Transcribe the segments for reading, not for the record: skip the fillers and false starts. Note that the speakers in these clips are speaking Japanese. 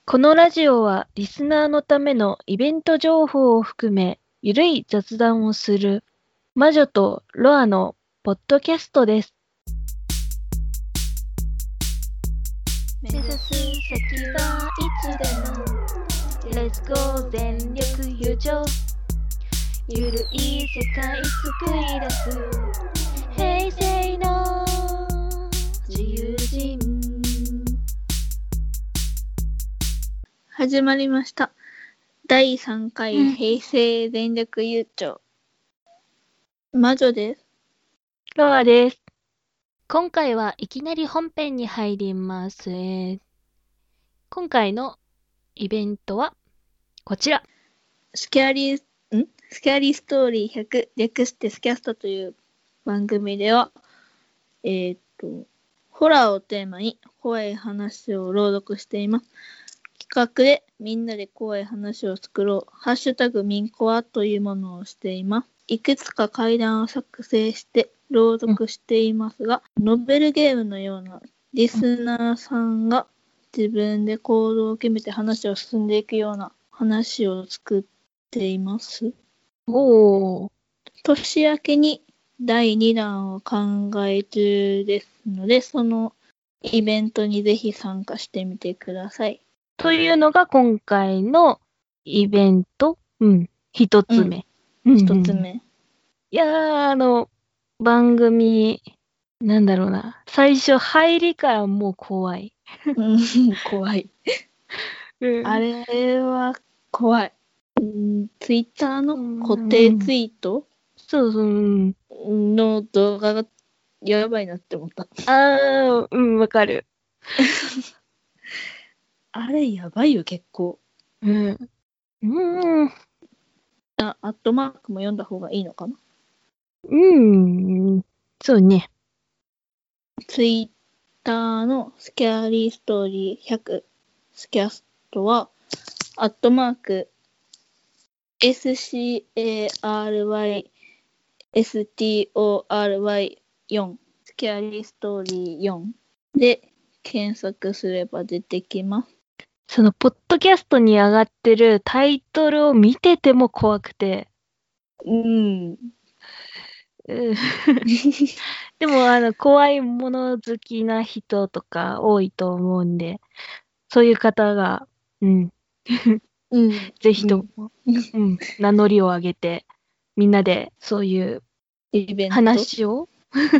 このラジオはリスナーのためのイベント情報を含め、ゆるい雑談をする魔女とロアのポッドキャストです。目指す先はいつでも Let's go 全力友情、ゆるい世界作り出す平成の自由人。 始まりました。第3回平成全力優勝。魔女です。 ロアです。今回はいきなり本編に入ります。今回のイベントはこちら。 スキャリーストーリー100、略してスキャストという番組では、ホラーをテーマに怖い話を朗読しています。企画でみんなで怖い話を作ろう、ハッシュタグミンコアというものをしています。いくつか怪談を作成して朗読していますが、ノベルゲームのようなリスナーさんが自分で行動を決めて話を進んでいくような話を作っています。 おー。 年明けに第2弾を考え中ですので、そのイベントにぜひ参加してみてください。 というのが今回のイベント、一つ目。 一つ目。 いやー、番組、なんだろうな。最初入りからもう怖い。 怖い。あれは怖い。ツイッターの固定ツイートの動画がやばいなって思った。 わかる。 あれやばいよ、結構。 アットマークも読んだ方がいいのかな？ そうね。 ツイッターのスキャリーストーリー100スキャストは、@SCARYSTORY4 スキャリーストーリー4で検索すれば出てきます。 そのポッドキャストに上がってるタイトルを見てても怖くて。でも怖いもの好きな人とか多いと思うんで、そういう方が、ぜひとも、名乗りを上げて、みんなでそういう話を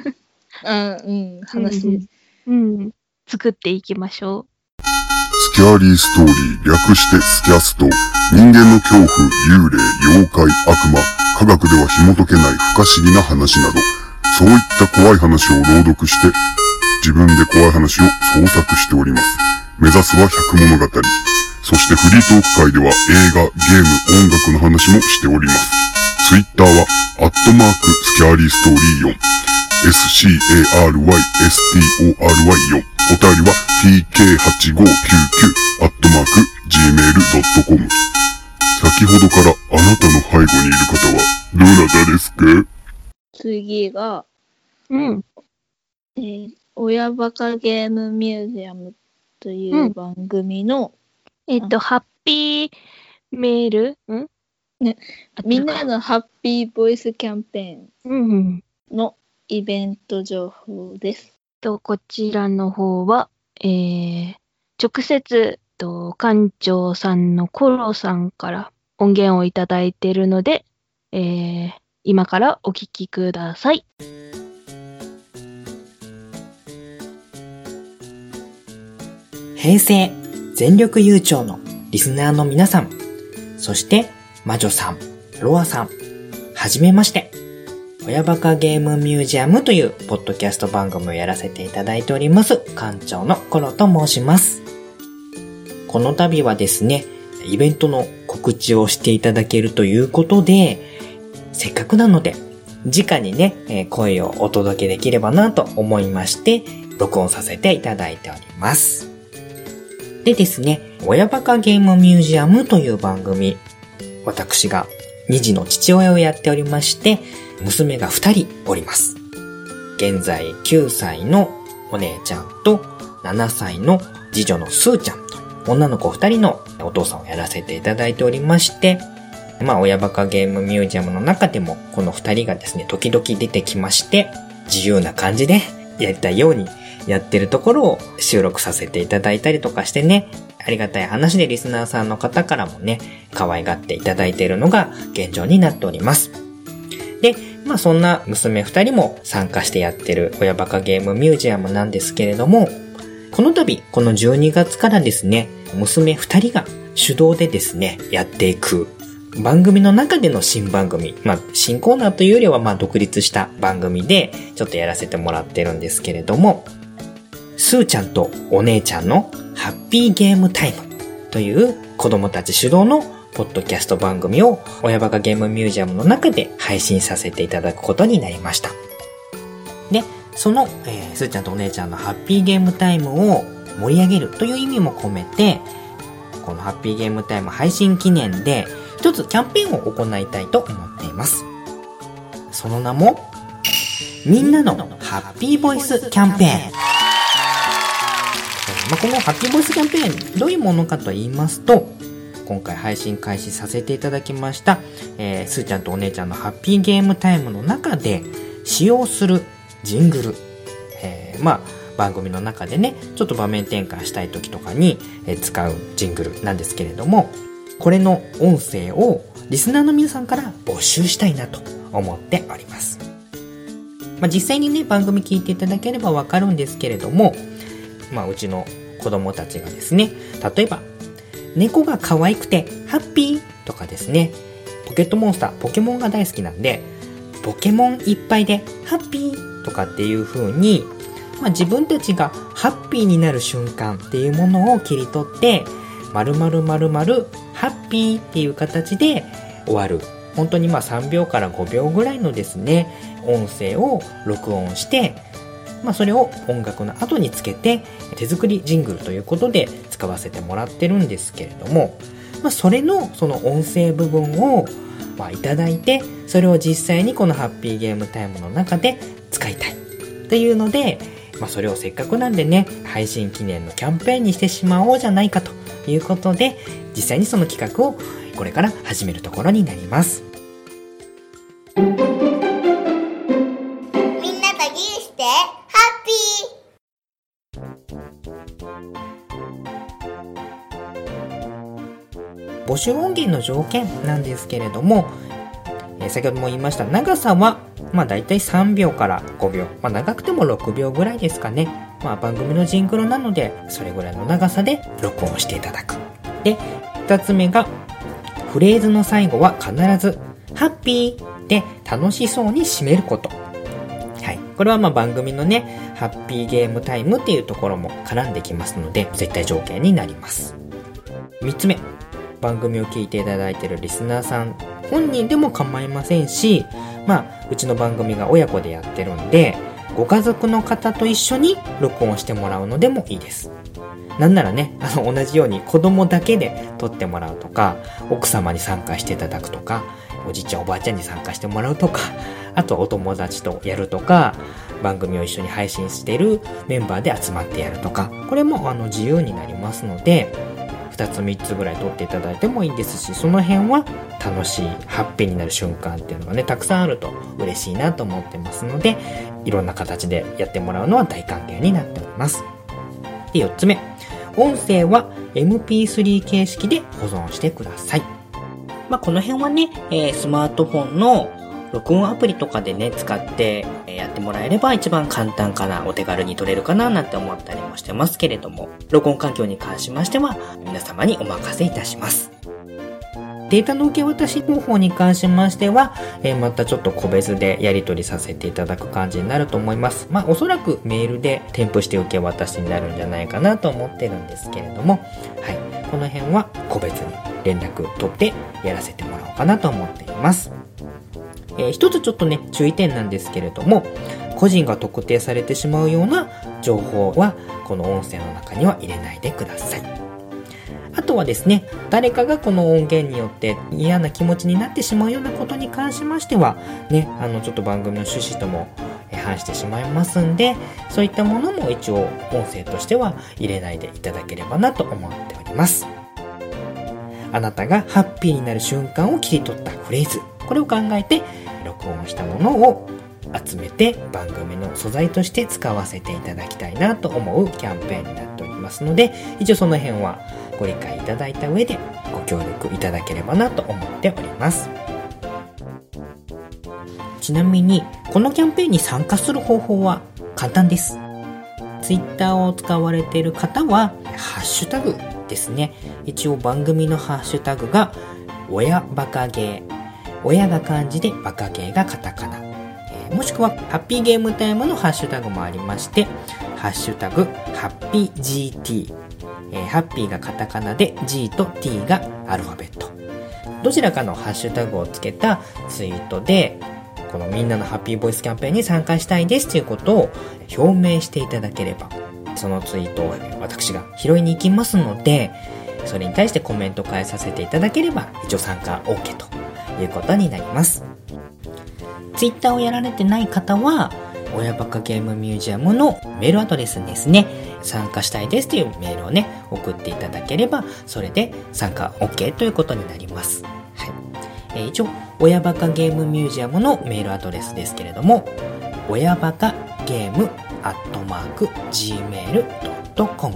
作っていきましょう。 スキャーリーストーリー、略してスキャスト。人間の恐怖、幽霊、妖怪、悪魔、科学では紐解けない不可思議な話など、そういった怖い話を朗読して、自分で怖い話を創作しております。目指すは100物語。そしてフリートーク会では映画、ゲーム、音楽の話もしております。ツイッターは、スキャーリーストーリー4。SCARYSTORY4。お便りは tk8599@gmail.com。先ほどからあなたの背後にいる方はどなたですか？ 次が、親バカゲームミュージアムという番組の、 ハッピーメールみんなのハッピーボイスキャンペーンのイベント情報です。 こちらの方は、直接、館長さんのコロさんから音源をいただいているので、今からお聞きください。 平成全力優勝のリスナーの皆さん、そして魔女さん、ロアさん、はじめまして。親バカゲームミュージアムというポッドキャスト番組をやらせていただいております館長のコロと申します。この度はですね、イベントの告知をしていただけるということで、せっかくなので直にね、声をお届けできればなと思いまして録音させていただいております。でですね、親バカゲームミュージアムという番組、私が2児の父親をやっておりまして、娘が2人おります。現在9歳のお姉ちゃんと7歳の次女のスーちゃんという女の子2人のお父さんをやらせていただいておりまして、親バカゲームミュージアムの中でもこの2人がですね、時々出てきまして、自由な感じでやりたいようにやってるところを収録させていただいたりとかしてね、ありがたい話でリスナーさんの方からもね、可愛がっていただいているのが現状になっております。で、そんな娘2人も参加してやってる親バカゲームミュージアムなんですけれども、この度、この12月からですね、娘2人が主導でですね、やっていく番組の中での新番組、新コーナーというよりは独立した番組でちょっとやらせてもらってるんですけれども、スーちゃんとお姉ちゃんのハッピーゲームタイムという子供たち主導のポッドキャスト番組を親バカゲームミュージアムの中で配信させていただくことになりました。で、その、スーちゃんとお姉ちゃんのハッピーゲームタイムを盛り上げるという意味も込めて、このハッピーゲームタイム配信記念で一つキャンペーンを行いたいと思っています。その名も、みんなのハッピーボイスキャンペーン。このハッピーボイスキャンペーン、どういうものかと言いますと、今回配信開始させていただきました、スーちゃんとお姉ちゃんのハッピーゲームタイムの中で使用するジングル、番組の中でね、ちょっと場面転換したい時とかに、使うジングルなんですけれども、これの音声をリスナーの皆さんから募集したいなと思っております。実際にね、番組聞いていただければわかるんですけれども、うちの子供たちがですね、例えば猫が可愛くてハッピーとかですね、ポケットモンスター、ポケモンが大好きなんで、ポケモンいっぱいでハッピーとかっていう風に、自分たちがハッピーになる瞬間っていうものを切り取って、〇〇〇〇ハッピーっていう形で終わる。本当に3秒から5秒ぐらいのですね、音声を録音して、それを音楽の後につけて手作りジングルということで使わせてもらってるんですけれども、それのその音声部分をいただいて、それを実際にこのハッピーゲームタイムの中で使いたいっていうので、それをせっかくなんでね、配信記念のキャンペーンにしてしまおうじゃないかということで、実際にその企画をこれから始めるところになります。 みんなとギューしてハッピー。募集音源の条件なんですけれども、先ほども言いました長さはだいたい3秒から5秒、長くても6秒ぐらいですかね。番組のジングルなのでそれぐらいの長さで録音していただく。で、2つ目がフレーズの最後は必ずハッピーで楽しそうに締めること。はい、これは番組のね、ハッピーゲームタイムっていうところも絡んできますので絶対条件になります。3つ目、番組を聞いていただいているリスナーさん本人でも構いませんし、うちの番組が親子でやってるんで、ご家族の方と一緒に録音してもらうのでもいいです。なんならね、同じように子供だけで撮ってもらうとか、奥様に参加していただくとか、おじいちゃんおばあちゃんに参加してもらうとか、あとはお友達とやるとか、番組を一緒に配信しているメンバーで集まってやるとか、これも自由になりますので、2つ3つぐらい撮っていただいてもいいですし、その辺は楽しいハッピーになる瞬間っていうのがね、たくさんあると嬉しいなと思ってますので、いろんな形でやってもらうのは大歓迎になっております。で、4つ目、音声は MP3 形式で保存してください。この辺はね、スマートフォンの録音アプリとかでね、使ってやってもらえれば一番簡単かな、お手軽に撮れるかななんて思ったりもしてますけれども、録音環境に関しましては皆様にお任せいたします。データの受け渡し方法に関しましては、またちょっと個別でやり取りさせていただく感じになると思います。おそらくメールで添付して受け渡しになるんじゃないかなと思ってるんですけれども、はい、この辺は個別に連絡取ってやらせてもらおうかなと思っています。一つちょっとね、注意点なんですけれども、個人が特定されてしまうような情報はこの音声の中には入れないでください。あとはですね、誰かがこの音源によって嫌な気持ちになってしまうようなことに関しましてはね、ちょっと番組の趣旨とも反してしまいますんで、そういったものも一応音声としては入れないでいただければなと思っております。あなたがハッピーになる瞬間を切り取ったフレーズ、これを考えて録音したものを集めて番組の素材として使わせていただきたいなと思うキャンペーンになっておりますので、一応その辺はご理解いただいた上でご協力いただければなと思っております。ちなみにこのキャンペーンに参加する方法は簡単です。ツイッターを使われている方はハッシュタグですね。一応番組のハッシュタグが親バカゲー、親が漢字でバカゲーがカタカナ、もしくはハッピーゲームタイムのハッシュタグもありまして、ハッシュタグハッピー GT、ハッピーがカタカナで G と T がアルファベット、どちらかのハッシュタグをつけたツイートでこのみんなのハッピーボイスキャンペーンに参加したいですということを表明していただければ、そのツイートを私が拾いに行きますので、それに対してコメント返させていただければ一応参加 OK ということになります。ツイッターをやられてない方は親バカゲームミュージアムのメールアドレスにですね、参加したいですというメールをね送っていただければ、それで参加 OK ということになります。はい、一応親バカゲームミュージアムのメールアドレスですけれども、親バカゲーム@gmail.com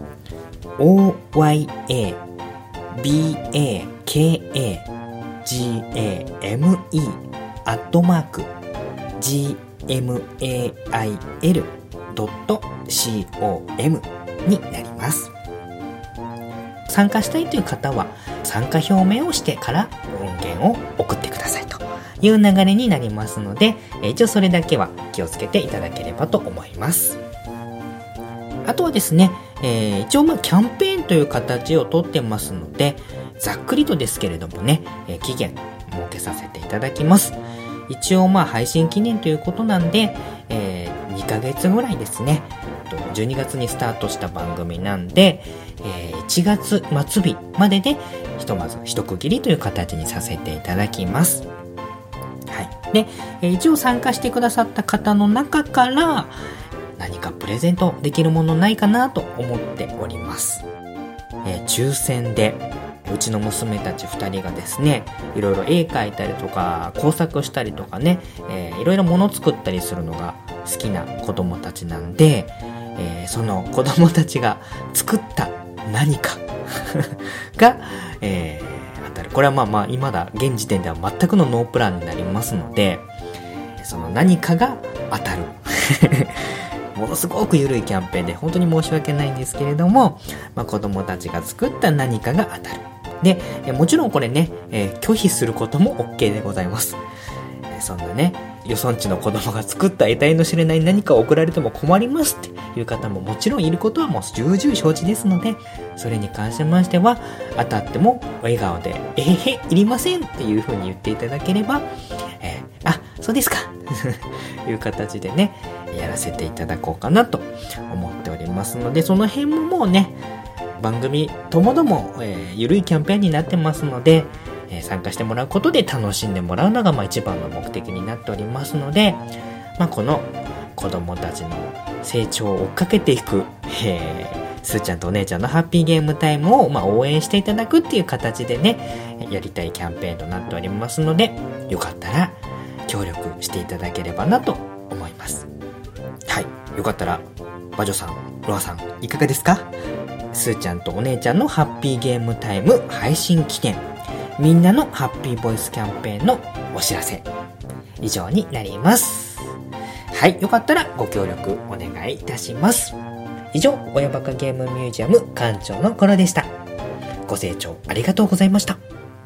oyabakagame@gmail.com になります。参加したいという方は参加表明をしてから音源を送ってくださいという流れになりますので、一応それだけは気をつけていただければと思います。あとはですね、一応キャンペーンという形をとってますので、ざっくりとですけれどもね、期限設けさせていただきます。一応配信記念ということなんで、2ヶ月ぐらいですね。12月にスタートした番組なんで、1月末日まででひとまず一区切りという形にさせていただきます。はい。で、一応参加してくださった方の中から何かプレゼントできるものないかなと思っております。抽選でうちの娘たち2人がですね、いろいろ絵描いたりとか工作したりとかね、いろいろ物作ったりするのが好きな子供たちなんで、その子供たちが作った何かが、当たる。これは今だ現時点では全くのノープランになりますので、その何かが当たるものすごく緩いキャンペーンで本当に申し訳ないんですけれども、子供たちが作った何かが当たる。で、もちろんこれね、拒否することも OK でございます。そんなね、よそんちの子供が作った得体の知れない何かを送られても困りますっていう方ももちろんいることはもう重々承知ですので、それに関しましては当たっても笑顔でいりませんっていう風に言っていただければ、あ、そうですかという形でねやらせていただこうかなと思っておりますので、その辺ももうね番組ともども、ゆるいキャンペーンになってますので、参加してもらうことで楽しんでもらうのが一番の目的になっておりますので、この子供たちの成長を追っかけていく、すーちゃんとお姉ちゃんのハッピーゲームタイムを応援していただくっていう形でねやりたいキャンペーンとなっておりますので、よかったら協力していただければなと思います。はい、よかったらバジョさん、ロアさんいかがですか？すーちゃんとお姉ちゃんのハッピーゲームタイム配信記念、みんなのハッピーボイスキャンペーンのお知らせ、以上になります。はい、よかったらご協力お願いいたします。以上、親バカゲームミュージアム館長のコロでした。ご清聴ありがとうございました。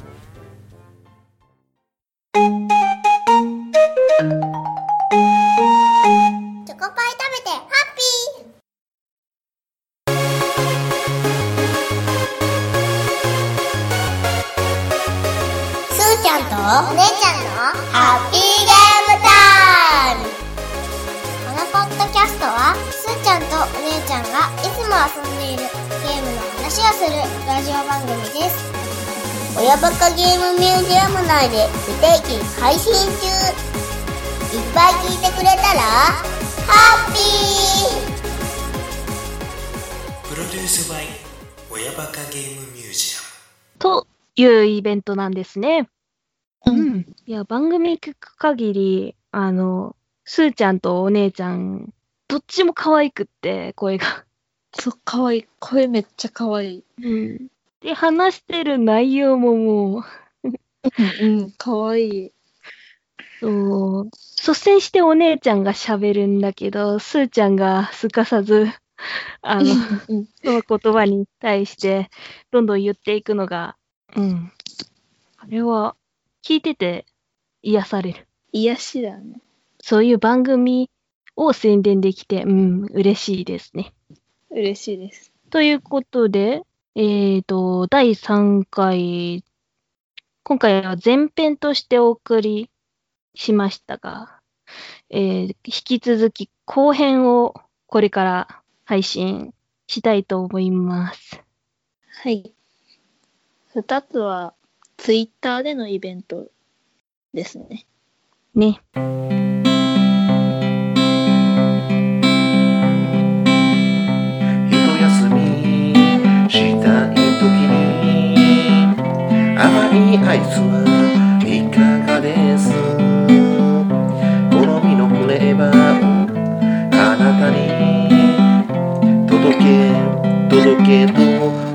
チョコパイ食べてハッピー。すーちゃんとお姉ちゃんのハッピーゲームタイム。このポッドキャストはすーちゃんとお姉ちゃんがいつも遊んでいるゲームの話をするラジオ番組です。親バカゲームミュージアム内で不定期配信中。いっぱい聞いてくれたらハッピー。 プロデュースバイ親バカゲームミュージというイベントなんですね。 うんいや、番組聞く限り、すーちゃんとお姉ちゃん、どっちも可愛くって、声が。 そう、かわいい。声めっちゃかわいい。 で、話してる内容ももう、 かわいい。 そう、率先してお姉ちゃんが喋るんだけど、すーちゃんがすかさず、その言葉に対して、どんどん言っていくのが、あれは、聞いてて癒される。 癒しだね。 そういう番組を宣伝できて、嬉しいですね。 嬉しいです。 ということで、第3回、今回は前編としてお送りしましたが、引き続き後編をこれから配信したいと思います。 はい。2つは、ツイッターでのイベントですね。 ね。 一休みしたい時に甘いアイスはいかがです好みのフレーバーをあなたに届けと